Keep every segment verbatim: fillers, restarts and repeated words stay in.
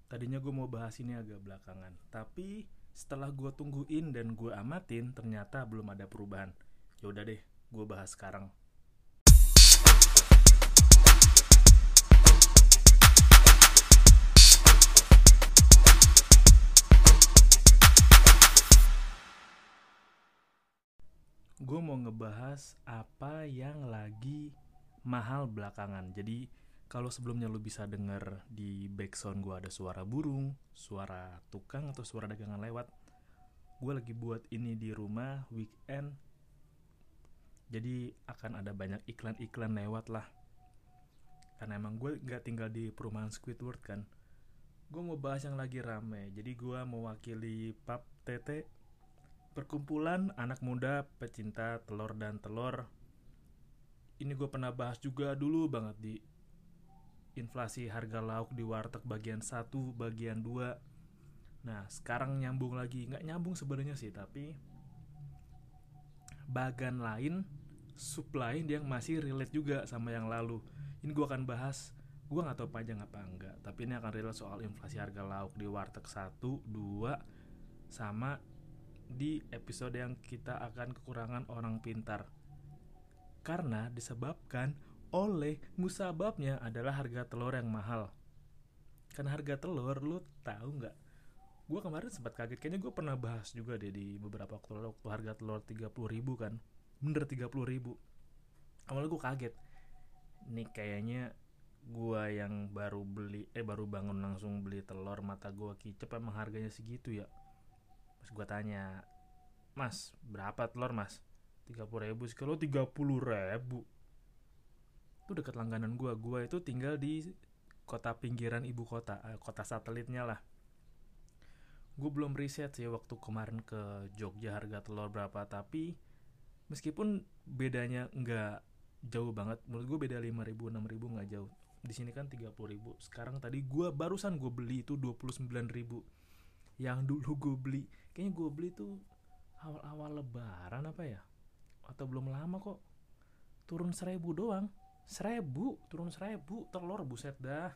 Tadinya gue mau bahas ini agak belakangan, tapi setelah gue tungguin dan gue amatin, ternyata belum ada perubahan. Ya udah deh, gue bahas sekarang. Gue mau ngebahas apa yang lagi mahal belakangan. Jadi kalau sebelumnya lu bisa denger di backsound gue ada suara burung, suara tukang atau suara dagangan lewat, gue lagi buat ini di rumah weekend. Jadi akan ada banyak iklan-iklan lewat lah. Karena emang gue gak tinggal di perumahan Squidward kan. Gue mau bahas yang lagi rame. Jadi gue mewakili Pap Tete, perkumpulan anak muda pecinta telur dan telur. Ini gue pernah bahas juga dulu banget di inflasi harga lauk di warteg bagian satu, bagian dua. Nah sekarang nyambung lagi. Gak nyambung sebenarnya sih, tapi bagan lain, sub lain yang masih relate juga sama yang lalu. Ini gue akan bahas. Gue gak tahu panjang apa enggak, tapi ini akan relate soal inflasi harga lauk di warteg satu, dua, sama di episode yang kita akan kekurangan orang pintar. Karena disebabkan oleh musababnya adalah harga telur yang mahal. Karena harga telur, lu tahu nggak? Gue kemarin sempat kaget, kayaknya gue pernah bahas juga deh di beberapa waktu lalu, waktu harga telur tiga puluh ribu kan. Bener tiga puluh ribu. Awalnya gue kaget. Nih kayaknya gue yang baru beli, eh baru bangun langsung beli telur, mata gue kicep, emang harganya segitu ya. Terus gue tanya, mas berapa telur mas? tiga puluh ribu. Kalau tiga puluh ribu itu dekat langganan gue. Gue itu tinggal di kota pinggiran ibu kota, eh, kota satelitnya lah. Gue belum riset sih waktu kemarin ke Jogja harga telur berapa, tapi meskipun bedanya nggak jauh banget, menurut gue beda lima ribu enam ribu nggak jauh. Di sini kan tiga puluh ribu. Sekarang tadi gue barusan gue beli itu dua puluh sembilan ribu. Yang dulu gue beli, kayaknya gue beli tuh awal-awal lebaran apa ya, atau belum lama kok. Turun seribu doang. Seribu, turun seribu telur, buset dah.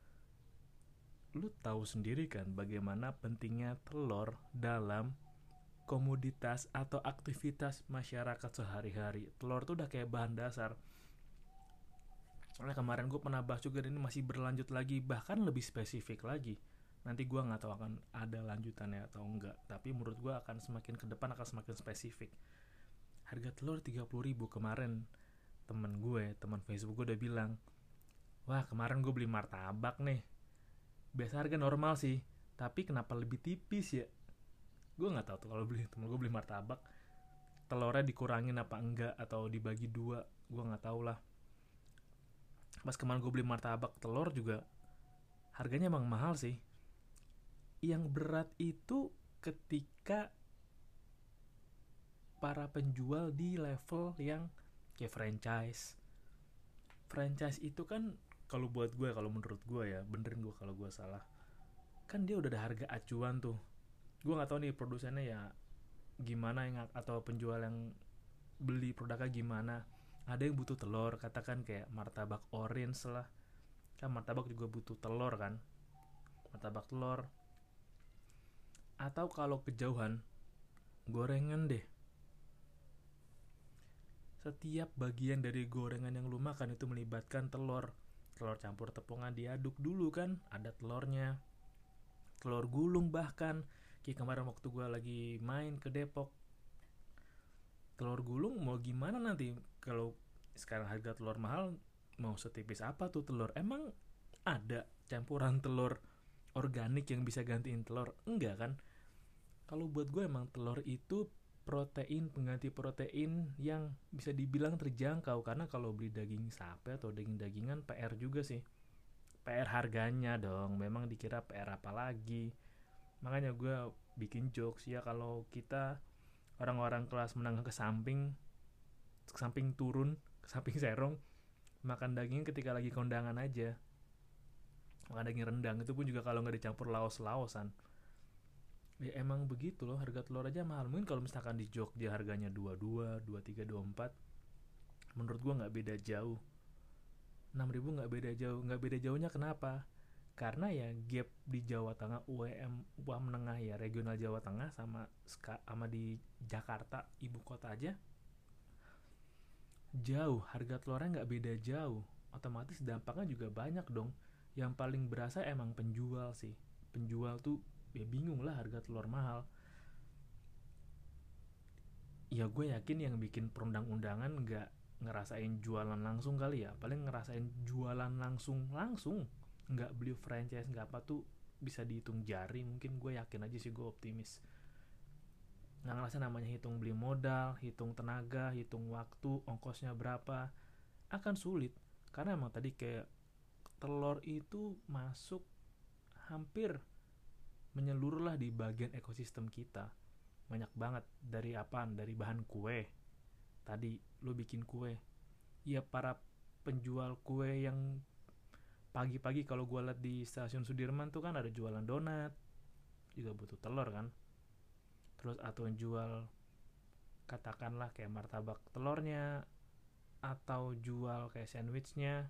Lu tahu sendiri kan bagaimana pentingnya telur dalam komoditas atau aktivitas masyarakat sehari-hari. Telur tuh udah kayak bahan dasar. Soalnya kemarin gue pernah bahas juga, dan ini masih berlanjut lagi, bahkan lebih spesifik lagi. Nanti gue nggak tahu akan ada lanjutannya atau enggak, tapi menurut gue akan semakin ke depan akan semakin spesifik. Harga telur tiga puluh ribu kemarin. Temen gue, teman Facebook gue udah bilang, wah kemarin gue beli martabak nih, biasa harga normal sih, tapi kenapa lebih tipis ya? Gue nggak tahu tuh kalau beli, temen gue beli martabak telurnya dikurangin apa enggak atau dibagi dua, gue nggak tahu lah. Pas kemarin gue beli martabak telur juga harganya emang mahal sih. Yang berat itu ketika para penjual di level yang kayak franchise. Franchise itu kan kalau buat gue, kalau menurut gue ya, benerin gue kalau gue salah, kan dia udah ada harga acuan tuh. Gue nggak tahu nih produsennya ya gimana, yang atau penjual yang beli produknya gimana. Ada yang butuh telur, katakan kayak martabak orange lah, kan martabak juga butuh telur kan, martabak telur. Atau kalau kejauhan, gorengan deh. Setiap bagian dari gorengan yang lu makan itu melibatkan telur. Telur campur tepungan diaduk dulu kan, ada telurnya. Telur gulung bahkan. Kayak kemarin waktu gue lagi main ke Depok, telur gulung mau gimana nanti? Kalau sekarang harga telur mahal, mau setipis apa tuh telur? Emang ada campuran telur organik yang bisa gantiin telur? Enggak kan? Kalau buat gue emang telur itu protein, pengganti protein yang bisa dibilang terjangkau. Karena kalau beli daging sapi atau daging-dagingan P R juga sih. P R harganya dong, memang dikira P R apa lagi. Makanya gue bikin jokes ya, kalau kita orang-orang kelas menengah ke samping, ke samping turun, ke samping serong, makan daging ketika lagi kondangan aja. Makan daging rendang itu pun juga kalau nggak dicampur laos-laosan. Ya emang begitu loh, harga telur aja mahal. Mungkin kalau misalkan di Jogja harganya dua puluh dua, dua puluh tiga, dua puluh empat, menurut gue gak beda jauh. enam ribu gak beda jauh. Gak beda jauhnya kenapa? Karena ya gap di Jawa Tengah, U M upah menengah ya regional Jawa Tengah sama sama di Jakarta ibu kota aja jauh, harga telurnya nggak beda jauh, otomatis dampaknya juga banyak dong. Yang paling berasa emang penjual sih. Penjual tuh ya bingung lah, harga telur mahal. Ya gue yakin yang bikin perundang-undangan nggak ngerasain jualan langsung kali ya, paling ngerasain jualan langsung langsung nggak beli franchise nggak apa tuh bisa dihitung jari. Mungkin gue yakin aja sih, gue optimis. Nggak ngerasa namanya hitung beli modal, hitung tenaga, hitung waktu, ongkosnya berapa, akan sulit. Karena emang tadi kayak telur itu masuk hampir menyeluruh lah di bagian ekosistem kita. Banyak banget. Dari apaan? Dari bahan kue. Tadi lo bikin kue, ya para penjual kue yang pagi-pagi kalau gue liat di stasiun Sudirman tuh kan ada jualan donat, juga butuh telur kan. Terus atau jual katakanlah kayak martabak telurnya, atau jual kayak sandwichnya.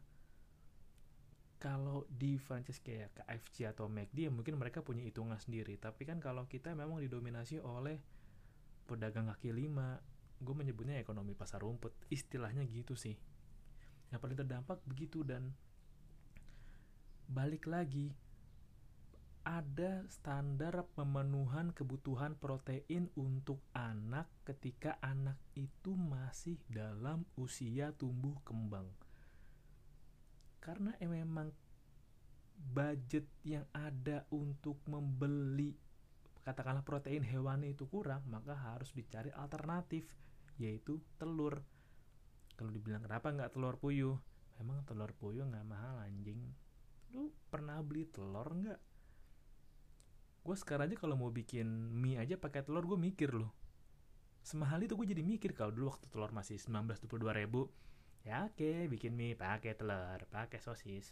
Kalau di franchise kayak K F C atau McD ya mungkin mereka punya hitungan sendiri. Tapi kan kalau kita memang didominasi oleh pedagang kaki lima, gue menyebutnya ekonomi pasar rumput, istilahnya gitu sih. Yang paling terdampak begitu. Dan balik lagi, ada standar pemenuhan kebutuhan protein untuk anak ketika anak itu masih dalam usia tumbuh kembang. Karena memang budget yang ada untuk membeli katakanlah protein hewani itu kurang, maka harus dicari alternatif, yaitu telur. Kalau dibilang kenapa nggak telur puyuh, memang telur puyuh nggak mahal anjing. Lu pernah beli telur nggak? Gue sekarang aja kalau mau bikin mie aja pakai telur gue mikir loh. Semahal itu gue jadi mikir. Kalau dulu waktu telur masih sembilan belas dua puluh dua ribu, ya oke okay, bikin mie pakai telur, pakai sosis.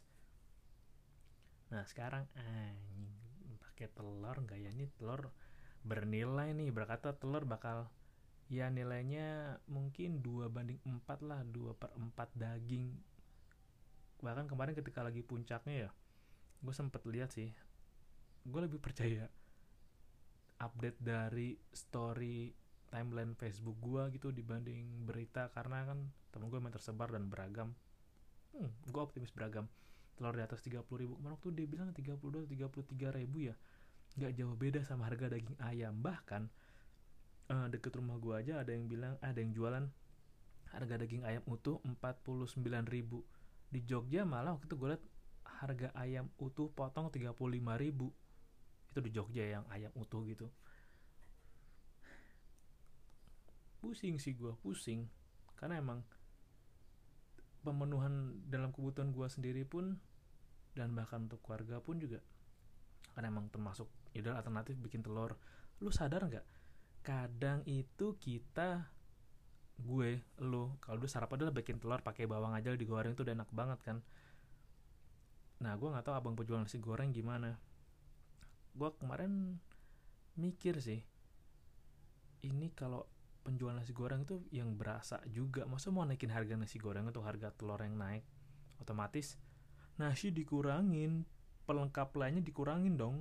Nah sekarang anjing pakai telur, gayanya telur bernilai nih, berkata telur bakal ya nilainya mungkin dua banding empat lah, dua per empat daging. Bahkan kemarin ketika lagi puncaknya ya, gue sempet lihat sih, gue lebih percaya update dari story timeline Facebook gue gitu dibanding berita. Karena kan temen gue main tersebar dan beragam. hmm, gue optimis beragam. Telur di atas tiga puluh ribu, kemarin tuh dia bilang tiga puluh dua tiga puluh tiga ribu ya, gak jauh beda sama harga daging ayam. Bahkan uh, deket rumah gue aja ada yang bilang, ada yang jualan harga daging ayam utuh empat puluh sembilan ribu. Di Jogja malah waktu itu gue liat harga ayam utuh potong tiga puluh lima ribu. Itu di Jogja yang ayam utuh gitu. Pusing sih gue, pusing. Karena emang pemenuhan dalam kebutuhan gue sendiri pun, dan bahkan untuk keluarga pun juga kan emang termasuk ideal alternatif bikin telur. Lu sadar nggak, kadang itu kita, gue, lu kalau dulu sarapan adalah bikin telur pakai bawang aja digoreng tuh udah enak banget kan. Nah gue nggak tahu abang penjual nasi goreng gimana. Gue kemarin mikir sih, ini kalau penjual nasi goreng itu yang berasa juga, masa mau naikin harga nasi goreng atau harga telur yang naik, otomatis nasi dikurangin, pelengkap lainnya dikurangin dong.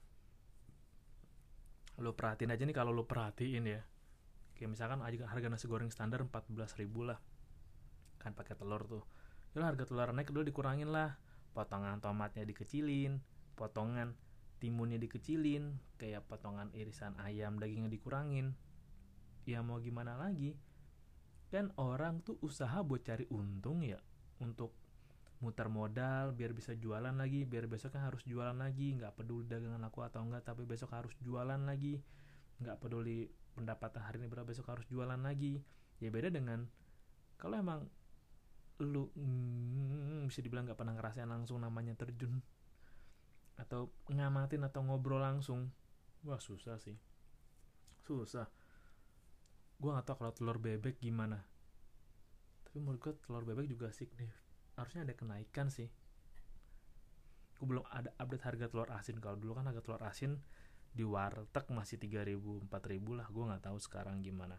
Lo perhatiin aja nih, kalau lo perhatiin ya, kayak misalkan harga nasi goreng standar empat belas ribu lah kan pakai telur tuh. Yalah harga telur naik dulu dikurangin lah, potongan tomatnya dikecilin, potongan timunnya dikecilin, kayak potongan irisan ayam dagingnya dikurangin. Ya mau gimana lagi, kan orang tuh usaha buat cari untung ya, untuk muter modal biar bisa jualan lagi, biar besoknya harus jualan lagi. Nggak peduli dagangan laku atau enggak, tapi besok harus jualan lagi. Nggak peduli pendapatan hari ini berapa, besok harus jualan lagi. Ya beda dengan kalau emang lu hmm, bisa dibilang nggak pernah ngerasain langsung namanya terjun atau ngamatin atau ngobrol langsung. Wah susah sih, susah. Gue nggak tahu kalau telur bebek gimana, tapi menurut gue telur bebek juga signifikan, harusnya ada kenaikan sih. Gue belum ada update harga telur asin. Kalau dulu kan harga telur asin di warteg masih tiga ribu empat ribu lah, gue nggak tahu sekarang gimana.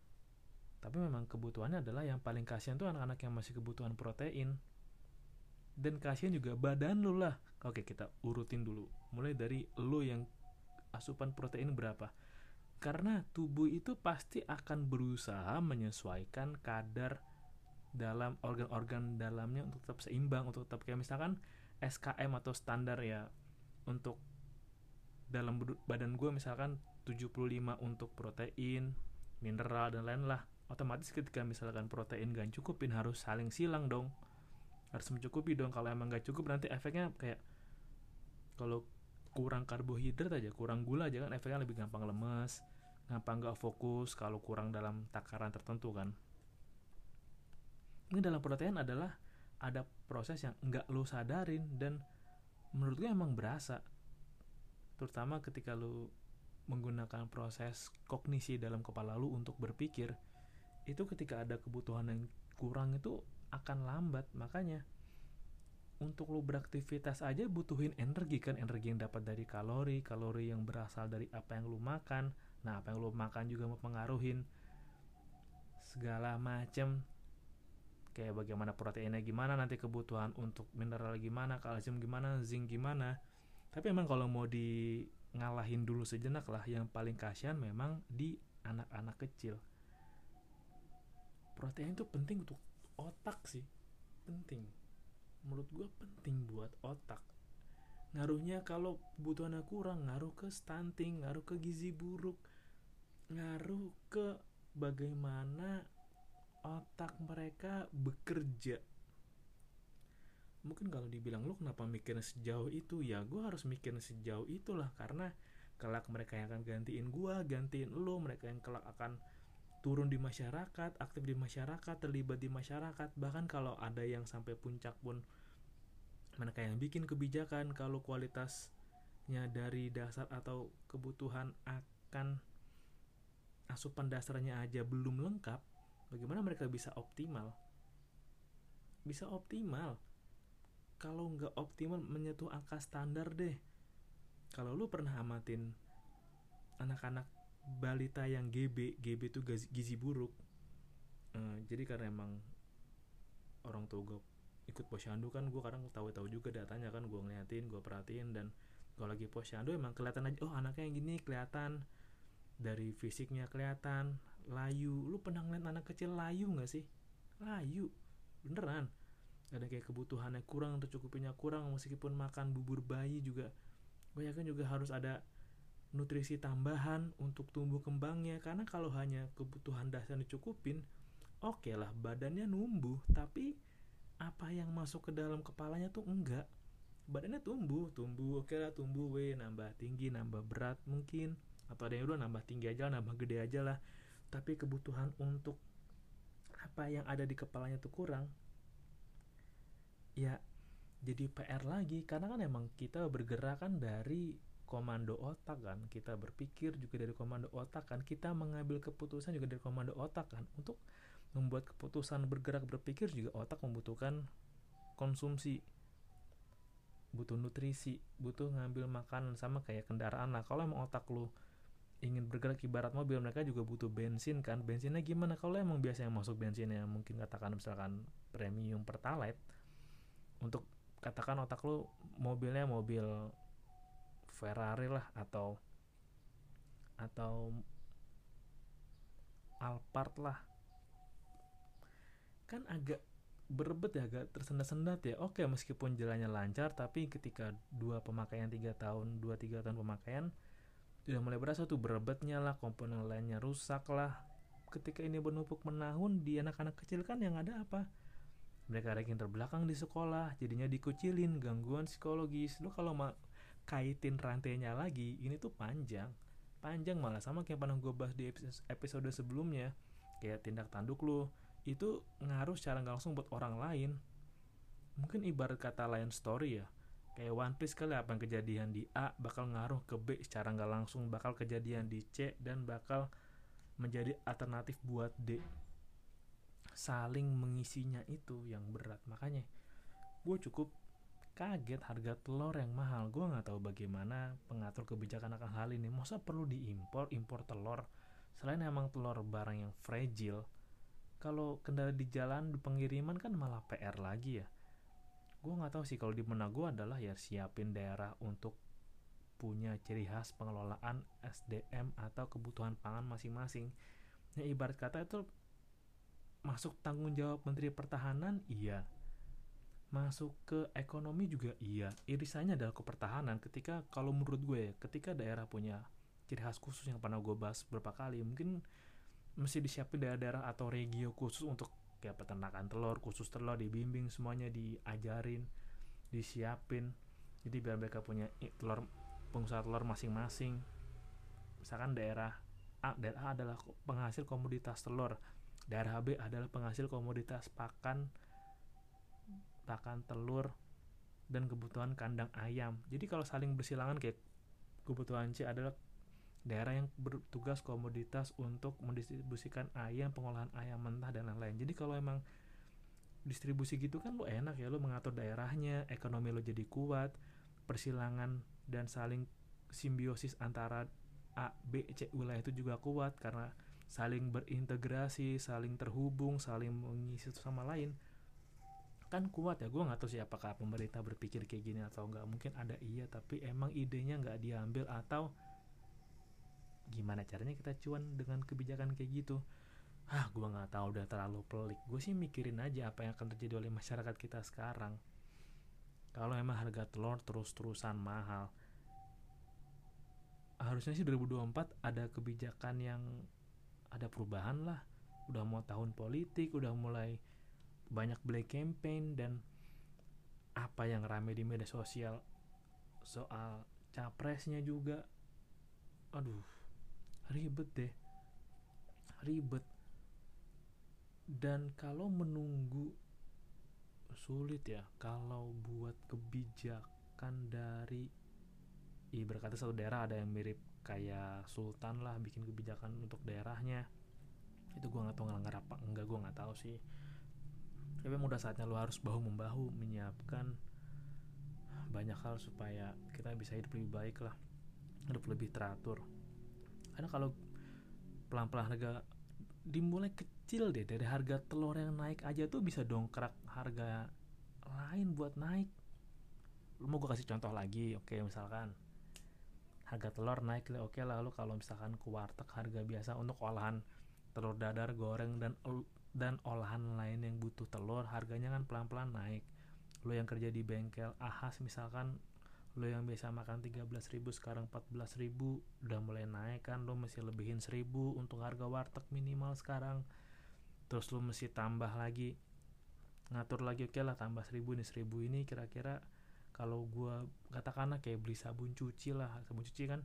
Tapi memang kebutuhannya adalah yang paling kasihan tuh anak-anak yang masih kebutuhan protein. Dan kasihan juga badan lu lah. Oke, kita urutin dulu. Mulai dari lu yang asupan protein berapa. Karena tubuh itu pasti akan berusaha menyesuaikan kadar dalam organ-organ dalamnya untuk tetap seimbang, untuk tetap kayak misalkan S K M atau standar ya, untuk dalam badan gue misalkan tujuh puluh lima untuk protein, mineral dan lain lah. Otomatis ketika misalkan protein gak cukupin, harus saling silang dong, harus mencukupi dong. Kalau emang gak cukup nanti efeknya kayak kalau kurang karbohidrat aja, kurang gula aja kan efeknya lebih gampang lemes, gampang gak fokus kalau kurang dalam takaran tertentu kan. Ini dalam protein adalah ada proses yang nggak lo sadarin dan menurut gue emang berasa, terutama ketika lo menggunakan proses kognisi dalam kepala lo untuk berpikir. Itu ketika ada kebutuhan yang kurang itu akan lambat. Makanya untuk lo beraktivitas aja butuhin energi kan, energi yang dapat dari kalori, kalori yang berasal dari apa yang lo makan. Nah, apa yang lo makan juga mempengaruhin segala macam, kayak bagaimana proteinnya gimana, nanti kebutuhan untuk mineral gimana, kalsium gimana, zinc gimana. Tapi emang kalau mau di ngalahin dulu sejenak lah, yang paling kasihan memang di anak-anak kecil. Protein itu penting untuk otak sih, penting. Menurut gue penting buat otak. Ngaruhnya kalau kebutuhannya kurang, ngaruh ke stunting, ngaruh ke gizi buruk, ngaruh ke bagaimana otak mereka bekerja. Mungkin kalau dibilang lu kenapa mikirnya sejauh itu, ya gue harus mikirnya sejauh itulah, karena kelak mereka yang akan gantiin gue, gantiin lu, mereka yang kelak akan turun di masyarakat, aktif di masyarakat, terlibat di masyarakat. Bahkan kalau ada yang sampai puncak pun, mereka yang bikin kebijakan. Kalau kualitasnya dari dasar atau kebutuhan akan asupan dasarnya aja belum lengkap, bagaimana mereka bisa optimal? Bisa optimal kalau nggak optimal menyentuh angka standar deh. Kalau lu pernah amatin anak-anak balita yang G B, G B itu gizi buruk. Uh, jadi karena emang orang tua gue ikut posyandu kan, gue kadang tahu-tahu juga datanya kan, gue ngeliatin, gue perhatiin. Dan kalau lagi posyandu emang kelihatan aja, oh anaknya yang gini, kelihatan dari fisiknya, kelihatan layu. Lu pernah ngeliat anak kecil layu nggak sih? Layu beneran. Ada kayak kebutuhannya kurang, tercukupinya kurang. Meskipun makan bubur bayi juga, gue yakin juga harus ada nutrisi tambahan untuk tumbuh kembangnya. Karena kalau hanya kebutuhan dasar dicukupin, oke okay lah badannya numbuh, tapi apa yang masuk ke dalam kepalanya tuh enggak. Badannya tumbuh, tumbuh oke okay lah, tumbuh we, nambah tinggi, nambah berat mungkin, atau ada yang udah nambah tinggi aja, nambah gede aja lah. Tapi kebutuhan untuk apa yang ada di kepalanya tuh kurang, ya jadi P R lagi. Karena kan emang kita bergerak kan dari komando otak kan, kita berpikir juga dari komando otak kan, kita mengambil keputusan juga dari komando otak kan. Untuk membuat keputusan bergerak berpikir juga otak membutuhkan konsumsi, butuh nutrisi, butuh ngambil makanan. Sama kayak kendaraan lah, kalau emang otak lu ingin bergerak ibarat mobil, mereka juga butuh bensin kan. Bensinnya gimana? Kalau emang biasa yang masuk bensinnya mungkin katakan misalkan premium pertalite, untuk katakan otak lu mobilnya mobil Ferrari lah, atau atau Alphard lah, kan agak berebet ya, agak tersendat-sendat ya. Oke, meskipun jalannya lancar, tapi ketika dua pemakaian tiga tahun, dua tiga tahun pemakaian, sudah mulai berasa tuh berebetnya lah, komponen lainnya rusak lah. Ketika ini menumpuk menahun di anak-anak kecil kan, yang ada apa? Mereka ranking terbelakang di sekolah, jadinya dikucilin, gangguan psikologis. Lo kalau mau kaitin rantainya lagi, ini tuh panjang. Panjang malah, sama kayak pernah gue bahas di episode sebelumnya. Kayak tindak tanduk lo, itu ngaruh secara gak langsung buat orang lain. Mungkin ibarat kata Lion Story ya, kayak One Piece kali, apa yang kejadian di A bakal ngaruh ke B secara gak langsung, bakal kejadian di C dan bakal menjadi alternatif buat D. Saling mengisinya itu yang berat. Makanya gue cukup kaget harga telur yang mahal. Gue gak tahu bagaimana pengatur kebijakan akan hal ini. Masa perlu diimpor, impor telur? Selain emang telur barang yang fragile, kalau kendala di jalan, di pengiriman kan malah P R lagi ya. Gue nggak tahu sih, kalau di benak gue adalah ya siapin daerah untuk punya ciri khas pengelolaan S D M atau kebutuhan pangan masing-masing. Ya ibarat kata itu masuk tanggung jawab Menteri Pertahanan, iya. Masuk ke ekonomi juga iya. Irisannya adalah ke pertahanan. Ketika kalau menurut gue ya, ketika daerah punya ciri khas khusus yang pernah gue bahas beberapa kali, mungkin mesti disiapin daerah-daerah atau regio khusus untuk kayak peternakan telur, khusus telur dibimbing semuanya, diajarin, disiapin. Jadi biar mereka punya telur, pengusaha telur masing-masing. Misalkan daerah A, daerah A adalah penghasil komoditas telur, daerah B adalah penghasil komoditas pakan pakan telur dan kebutuhan kandang ayam. Jadi kalau saling bersilangan, kayak kebutuhan C adalah daerah yang bertugas komoditas untuk mendistribusikan ayam, pengolahan ayam mentah dan lain-lain. Jadi kalau emang distribusi gitu kan lo enak ya, lo mengatur daerahnya, ekonomi lo jadi kuat, persilangan dan saling simbiosis antara A, B, C wilayah itu juga kuat karena saling berintegrasi, saling terhubung, saling mengisi satu sama lain. Kan kuat ya. Gue nggak tahu sih apakah pemerintah berpikir kayak gini atau nggak, mungkin ada iya tapi emang idenya nggak diambil, atau gimana caranya kita cuan dengan kebijakan kayak gitu. Ah, gue nggak tahu, udah terlalu pelik. Gue sih mikirin aja apa yang akan terjadi oleh masyarakat kita sekarang kalau emang harga telur terus-terusan mahal. Harusnya sih dua ribu dua puluh empat ada kebijakan yang ada perubahan lah. Udah mau tahun politik, udah mulai banyak black campaign, dan apa yang rame di media sosial soal capresnya juga, aduh ribet deh, ribet. Dan kalau menunggu sulit ya, kalau buat kebijakan dari ibarat kata satu daerah ada yang mirip kayak sultan lah, bikin kebijakan untuk daerahnya, itu gue nggak tahu ngelanggar apa enggak, gue nggak tahu sih. Tapi udah saatnya lo harus bahu membahu menyiapkan banyak hal supaya kita bisa hidup lebih baik lah, hidup lebih teratur. Karena kalau pelan-pelan harga dimulai kecil deh, dari harga telur yang naik aja tuh bisa dongkrak harga lain buat naik. Lu mau gue kasih contoh lagi, oke, misalkan harga telur naik, oke lah, lu kalau misalkan ke warteg harga biasa untuk olahan telur dadar, goreng, dan dan olahan lain yang butuh telur, harganya kan pelan-pelan naik. Lo yang kerja di bengkel ahas misalkan, lo yang biasa makan tiga belas ribu sekarang empat belas ribu, udah mulai naik kan, lo mesti lebihin seribu untuk harga warteg minimal sekarang. Terus lo mesti tambah lagi, ngatur lagi, oke lah tambah seribu nih, seribu ini kira-kira kalau gue katakanlah kayak beli sabun cuci lah, sabun cuci kan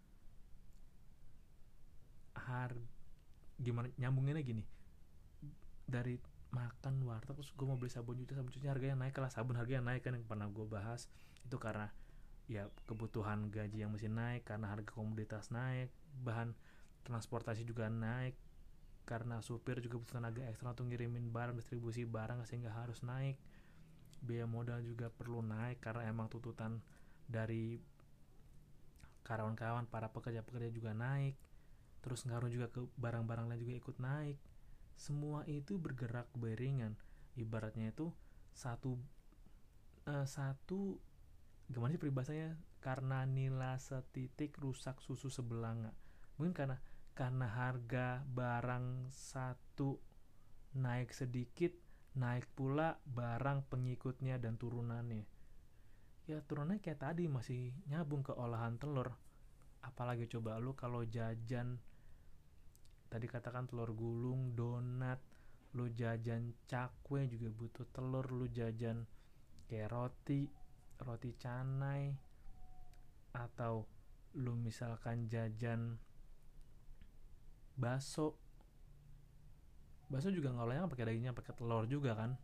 har gimana nyambunginnya gini, dari makan warteg terus gue mau beli sabun cuci, sabun cuci harganya naik lah, sabun harganya naik kan, yang pernah gue bahas itu karena ya kebutuhan gaji yang mesti naik, karena harga komoditas naik, bahan transportasi juga naik karena supir juga butuh tenaga ekstra untuk ngirimin barang, distribusi barang, sehingga harus naik. Biaya modal juga perlu naik karena emang tuntutan dari karyawan-karyawan, para pekerja-pekerja juga naik. Terus ngaruh juga ke barang-barang lain juga ikut naik. Semua itu bergerak beriringan. Ibaratnya itu satu uh, satu gimana sih peribahasanya, karena nila setitik rusak susu sebelanga. Mungkin karena karena harga barang satu naik sedikit, naik pula barang pengikutnya dan turunannya. Ya turunannya kayak tadi masih nyambung ke olahan telur. Apalagi coba lu kalau jajan tadi katakan telur gulung, donat, lu jajan cakwe juga butuh telur, lu jajan kayak roti, roti canai, atau lu misalkan jajan bakso, bakso juga ngolahnya pakai dagingnya, pakai telur juga kan.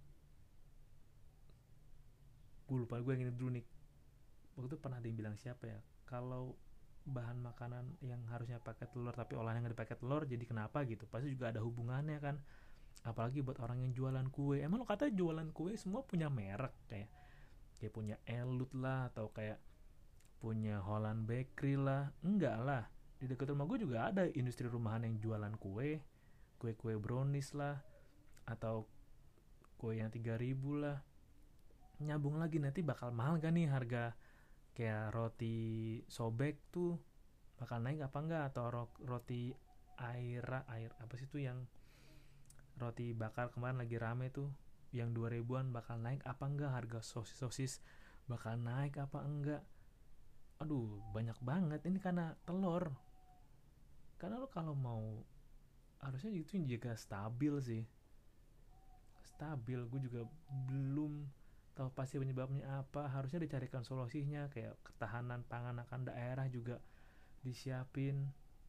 Gue lupa, gue yang ini dulu nih, waktu itu pernah ada yang bilang siapa ya, kalau bahan makanan yang harusnya pakai telur tapi olahannya nggak dipakai telur, jadi kenapa gitu, pasti juga ada hubungannya kan. Apalagi buat orang yang jualan kue, emang lo kata jualan kue semua punya merek, kayak kayak punya Elut lah, atau kayak punya Holland Bakery lah? Enggak lah. Di dekat rumah gue juga ada industri rumahan yang jualan kue, kue-kue brownies lah, atau kue yang tiga ribu lah. nyambung lagi nanti bakal mahal gak nih harga kayak roti sobek tuh bakal naik apa enggak, atau ro- roti aira air apa sih tuh yang roti bakar kemarin lagi rame tuh yang dua ribuan bakal naik apa enggak, harga sosis-sosis bakal naik apa enggak. Aduh, banyak banget ini karena telur. Karena lo kalau mau harusnya itu juga stabil sih. Stabil, gue juga belum tahu pasti penyebabnya apa. Harusnya dicarikan solusinya kayak ketahanan pangan akan daerah juga disiapin.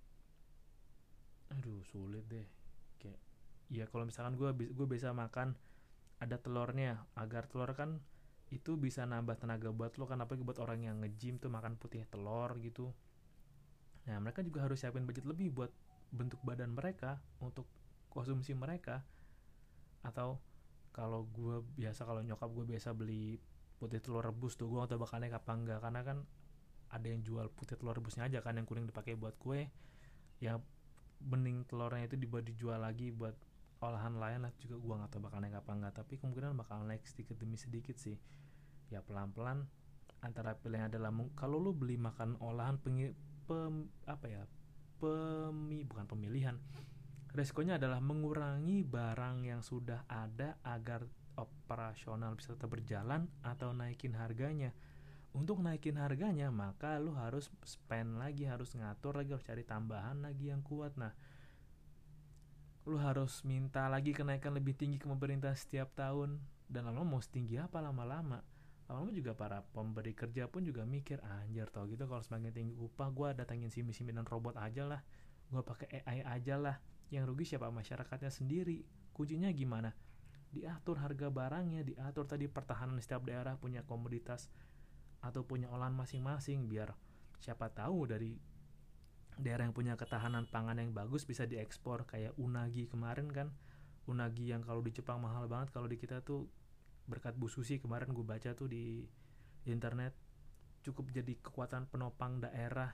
Aduh, sulit deh. Kayak ya kalau misalkan gue gue bisa makan ada telurnya, agar telur kan itu bisa nambah tenaga buat lo kan, apalagi buat orang yang nge-gym tuh makan putih telur gitu. Nah mereka juga harus siapin budget lebih buat bentuk badan mereka untuk konsumsi mereka. Atau kalau gue biasa, kalau nyokap gue biasa beli putih telur rebus tuh, gue gak tau bakal naik apa enggak, karena kan ada yang jual putih telur rebusnya aja kan, yang kuning dipakai buat kue, ya bening telurnya itu dibuat dijual lagi buat olahan lain lah, juga gue nggak tahu bakal naik apa enggak, tapi kemungkinan bakal naik sedikit demi sedikit sih. Ya pelan pelan, antara pilihan adalah kalau lu beli makan olahan pengi, pem, apa ya pemi bukan pemilihan, resikonya adalah mengurangi barang yang sudah ada agar operasional bisa tetap berjalan, atau naikin harganya. Untuk naikin harganya maka lu harus spend lagi, harus ngatur lagi, harus cari tambahan lagi yang kuat. Nah lu harus minta lagi kenaikan lebih tinggi ke pemerintah setiap tahun, dan lama-lama mau setinggi apa lama-lama. Lama-lama juga para pemberi kerja pun juga mikir, anjir tau gitu kalau semakin tinggi upah gue datangin simi-simi dan robot aja lah, gue pakai A I aja lah. Yang rugi siapa? Masyarakatnya sendiri. Kuncinya gimana? Diatur harga barangnya, diatur tadi pertahanan setiap daerah punya komoditas atau punya olahan masing-masing, biar siapa tahu dari daerah yang punya ketahanan pangan yang bagus bisa diekspor. Kayak unagi kemarin kan, unagi yang kalau di Jepang mahal banget, kalau di kita tuh berkat Bu Susi kemarin gue baca tuh di internet cukup jadi kekuatan penopang daerah.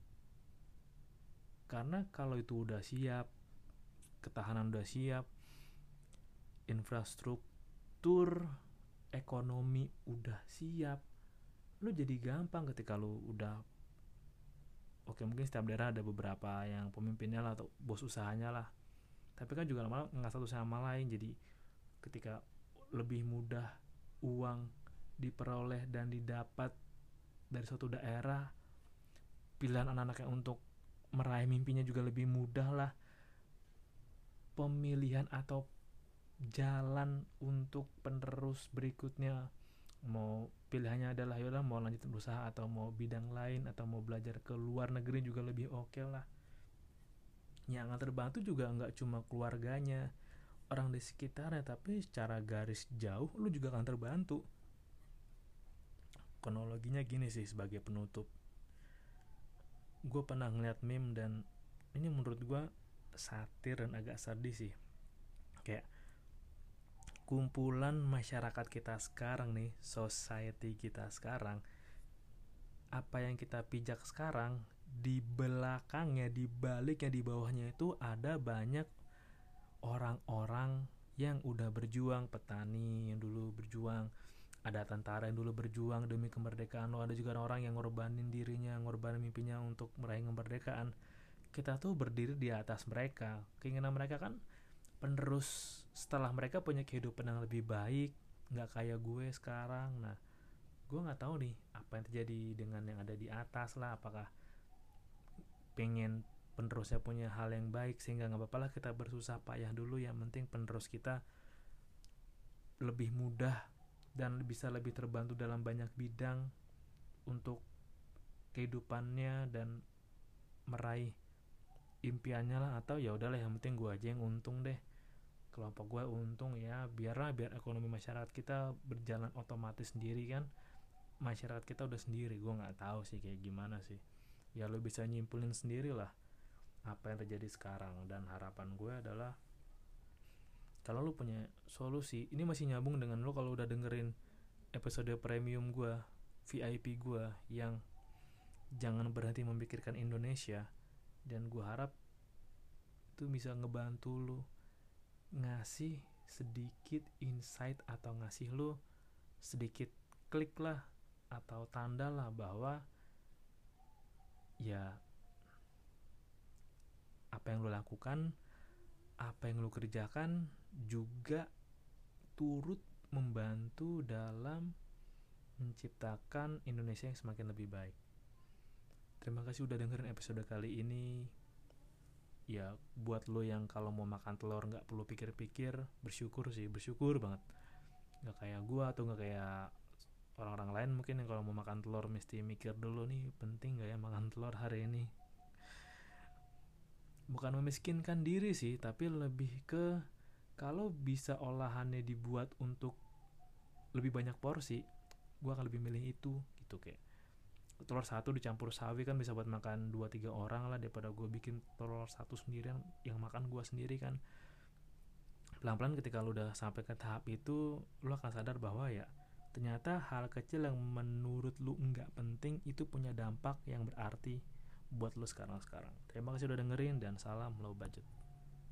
Karena kalau itu udah siap, ketahanan udah siap, infrastruktur ekonomi udah siap, lu jadi gampang ketika lu udah oke. Mungkin setiap daerah ada beberapa yang pemimpinnya lah atau bos usahanya lah, tapi kan juga lama-lama nggak satu sama lain. Jadi ketika lebih mudah uang diperoleh dan didapat dari suatu daerah, pilihan anak-anaknya untuk meraih mimpinya juga lebih mudah lah. Pemilihan atau jalan untuk penerus berikutnya, mau pilihannya adalah yaudah mau lanjutin usaha atau mau bidang lain atau mau belajar ke luar negeri juga lebih oke okay lah. Yang akan terbantu juga nggak cuma keluarganya, orang di sekitarnya, tapi secara garis jauh lu juga akan terbantu. Kronologinya gini sih sebagai penutup, gue pernah ngeliat meme dan ini menurut gue satir dan agak sedih sih. Kayak kumpulan masyarakat kita sekarang nih, society kita sekarang, apa yang kita pijak sekarang, di belakangnya, di baliknya, di bawahnya itu ada banyak orang-orang yang udah berjuang, petani yang dulu berjuang, ada tentara yang dulu berjuang demi kemerdekaan lo, ada juga orang yang ngorbanin dirinya, ngorbanin mimpinya untuk meraih kemerdekaan. Kita tuh berdiri di atas mereka. Keinginan mereka kan penerus setelah mereka punya kehidupan yang lebih baik, nggak kayak gue sekarang. Nah gue nggak tahu nih apa yang terjadi dengan yang ada di atas lah, apakah pengen penerusnya punya hal yang baik sehingga nggak apa-apa lah kita bersusah payah dulu, yang penting penerus kita lebih mudah dan bisa lebih terbantu dalam banyak bidang untuk kehidupannya dan meraih impiannya lah. Atau ya udahlah yang penting gue aja yang untung deh, kelompok gue untung, ya biarlah, biar ekonomi masyarakat kita berjalan otomatis sendiri kan. Masyarakat kita udah sendiri, gue nggak tahu sih kayak gimana sih. Ya lo bisa nyimpulin sendiri lah apa yang terjadi sekarang. Dan harapan gue adalah kalau lo punya solusi, ini masih nyambung dengan lo kalau udah dengerin episode premium gue, V I P gue yang jangan berhenti memikirkan Indonesia. Dan gue harap itu bisa ngebantu lo, ngasih sedikit insight atau ngasih lo sedikit klik lah atau tanda lah bahwa ya apa yang lo lakukan, apa yang lo kerjakan juga turut membantu dalam menciptakan Indonesia yang semakin lebih baik. Terima kasih udah dengerin episode kali ini. Ya buat lo yang kalau mau makan telur gak perlu pikir-pikir, bersyukur sih, bersyukur banget. Gak kayak gua atau gak kayak orang-orang lain mungkin yang kalau mau makan telur mesti mikir dulu nih, penting gak ya makan telur hari ini. Bukan memiskinkan diri sih, tapi lebih ke kalau bisa olahannya dibuat untuk lebih banyak porsi, gue akan lebih milih itu gitu. Kayak telur satu dicampur sawi kan bisa buat makan dua tiga orang lah, daripada gue bikin telur satu sendirian yang makan gue sendiri kan. Pelan-pelan ketika lu udah sampai ke tahap itu, lu akan sadar bahwa ya ternyata hal kecil yang menurut lu nggak penting itu punya dampak yang berarti buat lu sekarang-sekarang. Terima kasih udah dengerin dan salam low budget.